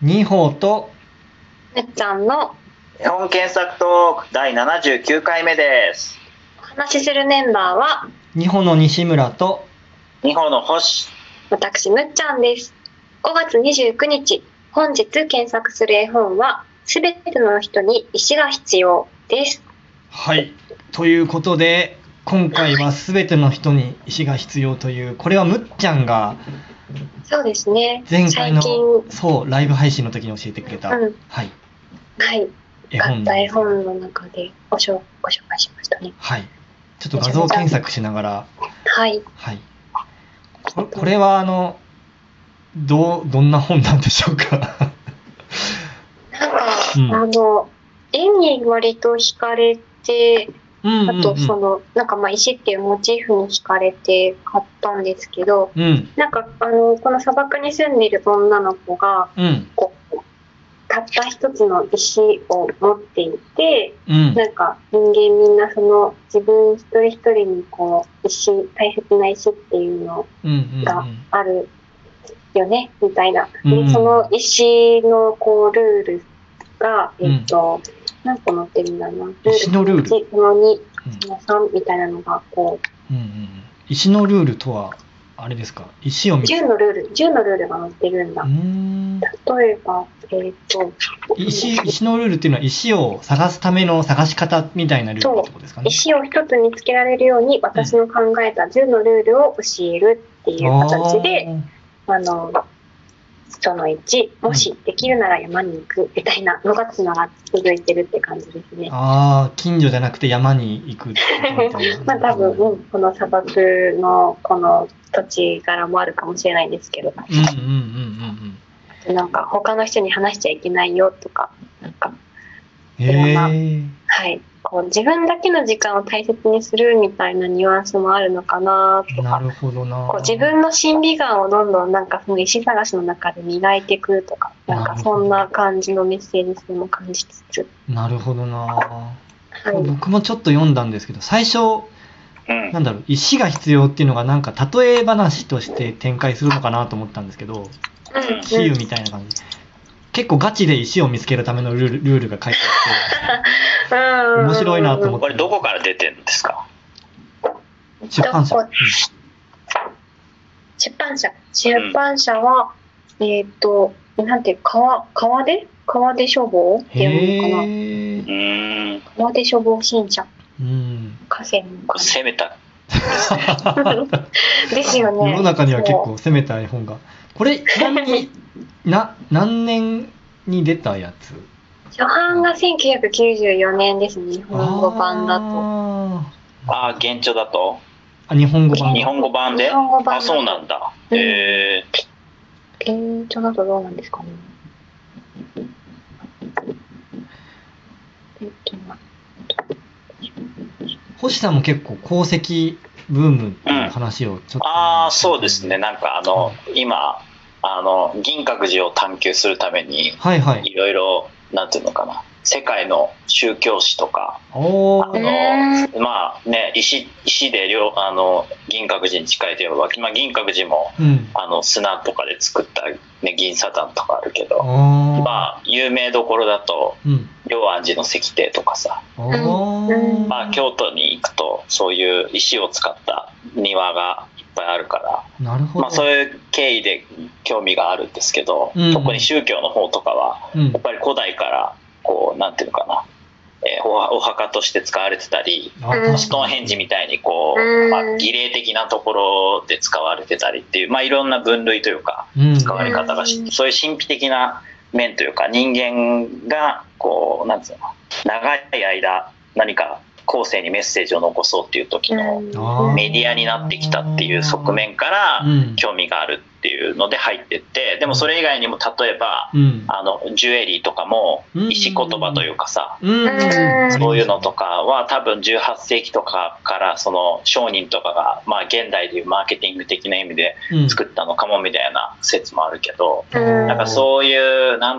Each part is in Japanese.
二歩とむっちゃんの日本検索トーク第79回目です。 お話しするメンバーは二歩の西村と二歩の星、 私むっちゃんです。5月29日、本日検索する絵本はすべての人に石が必要です。 はい、ということで今回はすべての人に石が必要という、これはむっちゃんがそうですね、 前回の最近そうライブ配信の時に教えてくれた、はいはい絵買った絵本本の中でご紹介しましたね。 はい、ちょっと画像検索しながらはいこれはどんな本なんでしょうかなんか、絵に割と惹かれて、あとなんか石っていうモチーフに惹かれて買ったんですけど、なんかこの砂漠に住んでいる女の子が、こうたった一つの石を持っていて、なんか人間みんなその自分一人一人にこう大切な石っていうのがあるよねみたいな、でその石のこうルールが何個載ってるんだろうな、 石のルール 1その2その3みたいなのがこう、 石のルールとはあれですか、石を 10のルールが載ってるんだ。例えば石のルールっていうのは石を探すための探し方みたいなルールってことですかね。 石を一つ見つけられるように私の考えた10のルールを教えるっていう形で、その1、もしできるなら山に行くみたいなのが続いてるって感じですね。 近所じゃなくて山に行くみたいな多分、この砂漠のこの土地柄もあるかもしれないんですけど、なんか他の人に話しちゃいけないよとか、なんかいろんな、こう自分だけの時間を大切にするみたいなニュアンスもあるのかなとか。 なるほどな。 こう自分の審美眼をどんどんなんかその石探しの中で磨いていくとか、なんかそんな感じのメッセージ性も感じつつ。 なるほどな。僕もちょっと読んだんですけど、最初なんだろう、石が必要っていうのがなんか例え話として展開するのかなと思ったんですけど、比喩みたいな感じ。結構ガチで石を見つけるためのルールが書いてあって面白いなと思って。 これどこから出てるんですか？ 出版社はなんていう川出書房っていうのかな。川出書房新社。 攻めたですよね。 世の中には結構攻めた絵本が。これちなみに何年に出たやつ？ 初版が1994年ですね。日本語版だと。 原著だと？ 日本語版で？そうなんだ。 原著だとどうなんですかね。 星さんも結構鉱石ブームっていう話をちょっと、 そうですね。なんか今銀閣寺を探求するためにいろいろなんていうのかな、世界の宗教史とか石で銀閣寺に近いといえば、銀閣寺も砂とかで作った、銀砂岩とかあるけど、有名どころだと龍安寺の石庭とかさ、京都に行くとそういう石を使った庭がいっぱいあるから、そういう経緯で興味があるんですけど、特に宗教の方とかはやっぱり古代からこうなんていうのかな、お墓として使われてたり、ストーンヘンジみたいにこう、儀礼的なところで使われてたりっていう、いろんな分類というか使われ方がそういう神秘的な面というか、人間がこうなんていうの、長い間何か後世にメッセージを残そうっていう時のメディアになってきたっていう側面から興味があるっていうので入ってって、でもそれ以外にも例えばジュエリーとかも石言葉というかさ、そういうのとかは多分18世紀とかからその商人とかが現代でいうマーケティング的な意味で作ったのかもみたいな説もあるけど、なんかそういうなんだろうな、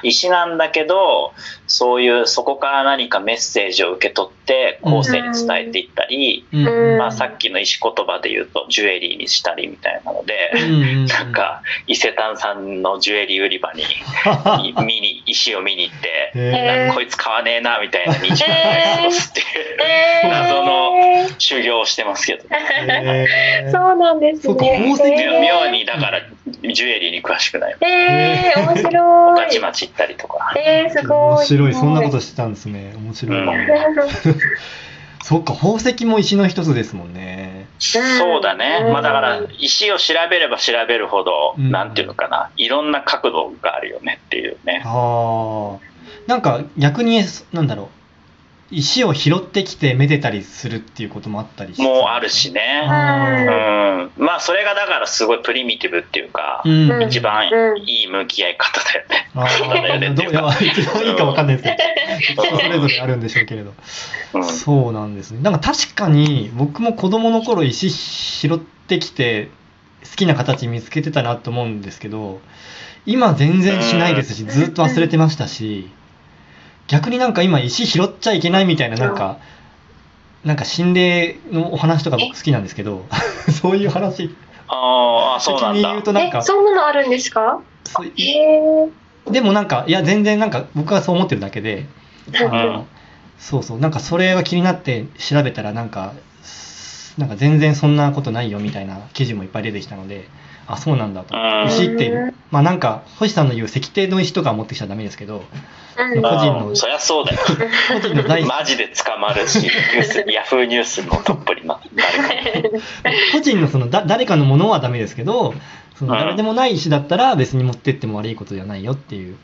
石なんだけど、そういうそこから何かメッセージを受け取って後世に伝えていったり、まあ、さっきの石言葉で言うとジュエリーにしたりみたいなので、なんか伊勢丹さんのジュエリー売り場に石を見に行ってこいつ買わねえなみたいな日常を過ごすっていう謎の修行をしてますけど、 そうなんですね。 妙にだからジュエリーに詳しくない。 面白い。 御徒町行ったりとか。 すごい。 面白い。そんなことしてたんですね。面白い。そっか、宝石も石の一つですもんね。 そうだね。まあだから石を調べれば調べるほど、なんていうのかな、いろんな角度があるよねっていうね。 なんか逆になんだろう。石を拾ってきてめでたりするっていうこともあったりして、 もうあるしね。まあそれがだからすごいプリミティブっていうか、一番いい向き合い方だよね。 一番いいか分かんないですけど、人それぞれあるんでしょうけれど、そうなんですね。なんか確かに僕も子供の頃石拾ってきて好きな形見つけてたなと思うんですけど、今全然しないですし、ずっと忘れてましたし。逆になんか今石拾っちゃいけないみたいななんか心霊のお話とか僕好きなんですけどそういう話そうなんだ。 言うとなんかそんなのあるんですか？ でもなんかいや全然なんか僕はそう思ってるだけで、そうなんかそれが気になって調べたらなんか全然そんなことないよみたいな記事もいっぱい出てきたので、あ、そうなんだと。石ってまあなんか星さんの言う石庭の石とか持ってきちゃダメですけど、 個人のそりゃそうだよ。個人のマジで捕まるし、ヤフーニュースのトップになるから個人のその誰かのものはダメですけど、その誰でもない石だったら別に持ってっても悪いことじゃないよっていう。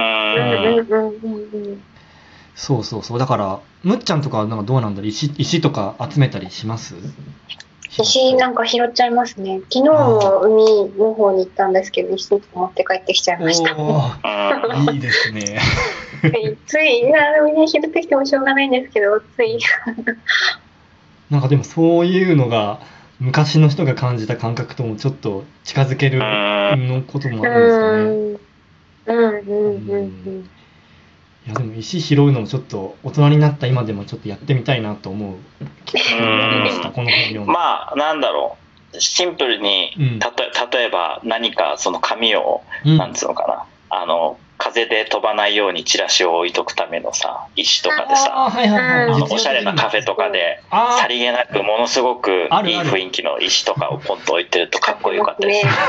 そうだからむっちゃんとかはなんかどうなんだろう、石とか集めたりします？ 石なんか拾っちゃいますね。昨日も海の方に行ったんですけど、石持って帰ってきちゃいました。 いいですね。 ついみんな拾ってきてもしょうがないんですけど、ついなんかでもそういうのが昔の人が感じた感覚ともちょっと近づけるのこともあるんですね。いやでも石拾うのもちょっと大人になった今でもちょっとやってみたいなと思う気がなりました、この本読んで。 まあなんだろう、シンプルに例えば何かその紙を、なんつうのかな、風で飛ばないようにチラシを置いとくためのさ石とかでさ、おしゃれなカフェとかでさりげなくものすごくいい雰囲気の石とかをポンと置いてるとかっこよかったですね。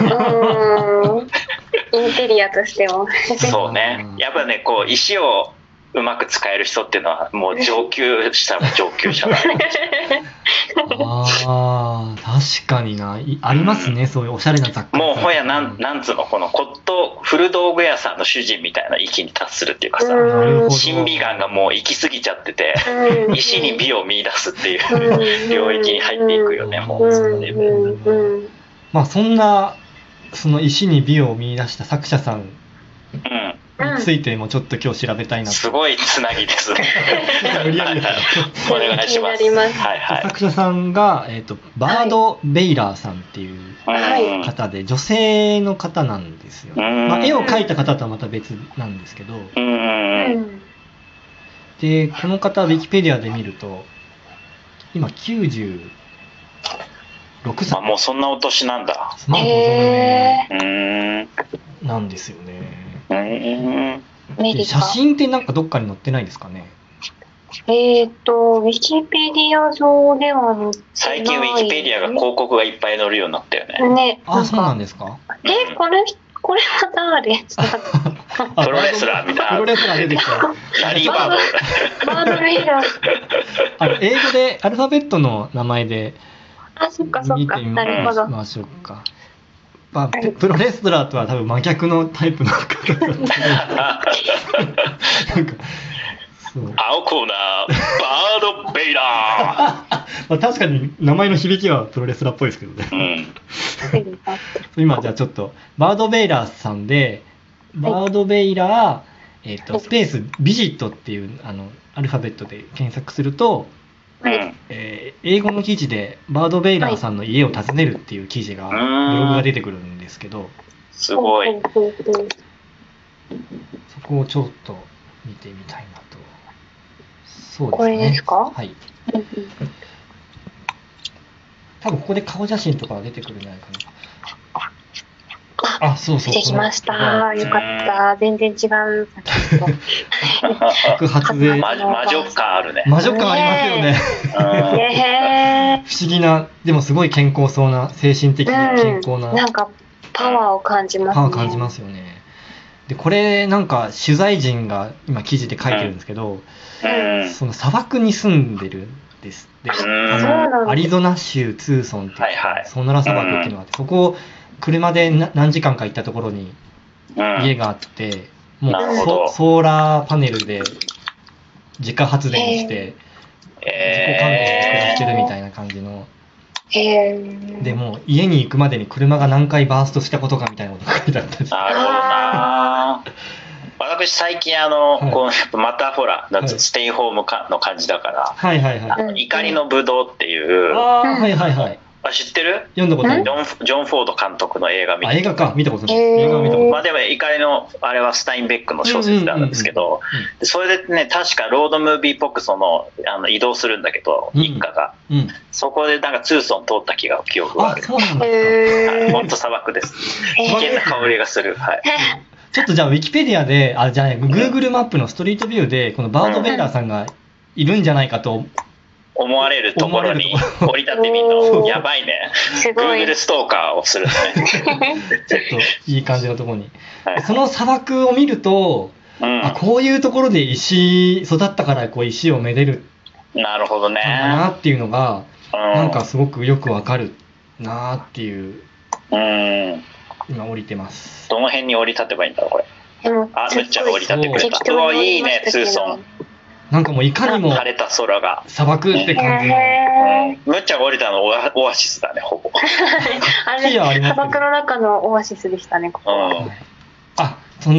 インテリアとしてもそうね、やっぱねこう石をうまく使える人っていうのはもう上級者だ確かにな、ありますね、そういうおしゃれな雑貨。 もうほやなんつうの、この古道具屋さんの主人みたいな域に達するっていうかさ、審美眼がもう行き過ぎちゃってて、石に美を見出すっていう領域に入っていくよね、もうそのレベル。 まあそんなその石に美を見出した作者さんについてもちょっと今日調べたいなと。 すごいつなぎですね。お願いします。 作者さんが、バード・ベイラーさんっていう方で、女性の方なんですよ。まあ、絵を描いた方とはまた別なんですけど、でこの方ウィキペディアで見ると今96歳。 もうそんなお年なんだ。 なんですよね。写真ってなんかどっかに載ってないですかね？ ウィキペディア上では載ってない。 最近ウィキペディアが広告がいっぱい載るようになったよね。 そうなんですか？ これは誰？ プロレスラーみたいな。 プロレスラー出てきた。 ラリーバード。 バードベイラー。 英語でアルファベットの名前で見てみましょうか。まあ、プロレスラーとは多分真逆のタイプの方だったなんか青コーナーバードベイラーまあ確かに名前の響きはプロレスラーっぽいですけどね、今じゃあちょっとバードベイラーさんでバードベイラー、スペースビジットっていうアルファベットで検索すると、英語の記事でバードベイラーさんの家を訪ねるっていう記事がブログが出てくるんですけど、 すごい。 そこをちょっと見てみたいなと。そうですね。 これですか？ はい。多分ここで顔写真とかが出てくるんじゃないかな。あ、そうそう。 出てきました。よかった。全然違う。 白髪で。 魔女感あるね。 魔女感ありますよね。不思議な、でもすごい健康そうな、精神的に健康な。 なんかパワーを感じますね。 パワー感じますよね。で、これなんか取材陣が今記事で書いてるんですけど、その砂漠に住んでるんです。で、アリゾナ州ツーソンっていう、ソノラ砂漠っていうのがあって、そこを車で何時間か行ったところに家があって、もうソーラーパネルで自家発電して自己管理して暮らしてるみたいな感じの。でも家に行くまでに車が何回バーストしたことかみたいなことが書いてあったんです。 なるほどな。私最近こうまたほらステイホームの感じだから、怒りのブドウっていう、知ってる？ 読んだことある。 ジョン・フォード監督の映画見て。 映画か見たことない。映画見たことない。 まあでも怒りのあれはスタインベックの小説なんですけど、それでね確かロードムービーっぽく移動するんだけど、一家が、そこでなんかツーソン通った記憶がある。 そうなんですか。 本当砂漠です。危険な香りがする。はい。 ちょっとじゃあウィキペディアでじゃあね Google マップのストリートビューでこのバードベイラーさんがいるんじゃないかと。 思われるところに降り立ってみるとやばいね。Google ストーカーをするね。 ちょっといい感じのところに。その砂漠を見ると、こういうところで石育ったからこう石をめでる。 なるほどね。 なっていうのがなんかすごくよくわかるなっていう。今降りてます。 どの辺に降り立てばいいんだろうこれ。むっちゃん降り立ってくれた。うわいいねツーソン。 なんかもういかにも晴れた空が砂漠って感じの。 むっちゃん降りたのオアシスだねほぼ。 あれ砂漠の中のオアシスでしたねここ。